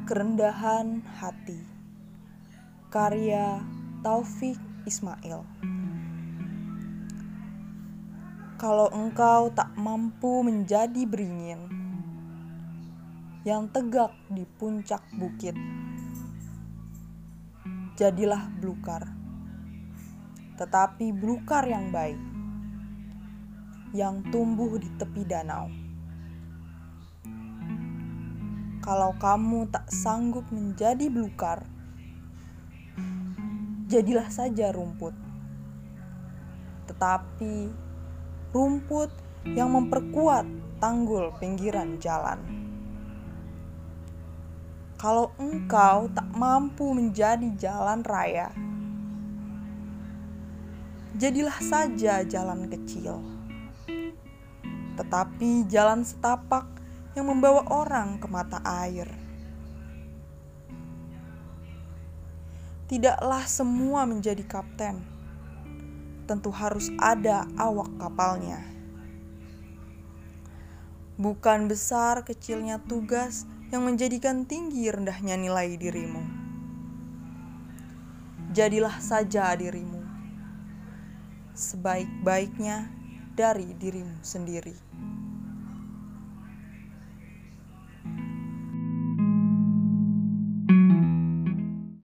Kerendahan Hati, karya Taufik Ismail. Kalau engkau tak mampu menjadi beringin yang tegak di puncak bukit, jadilah belukar, tetapi belukar yang baik, yang tumbuh di tepi danau. Kalau kamu tak sanggup menjadi belukar, jadilah saja rumput, tetapi rumput yang memperkuat tanggul pinggiran jalan. Kalau engkau tak mampu menjadi jalan raya, jadilah saja jalan kecil, tetapi jalan setapak yang membawa orang ke mata air. Tidaklah semua menjadi kapten, tentu harus ada awak kapalnya. Bukan besar kecilnya tugas yang menjadikan tinggi rendahnya nilai dirimu. Jadilah saja dirimu, sebaik-baiknya dari dirimu sendiri.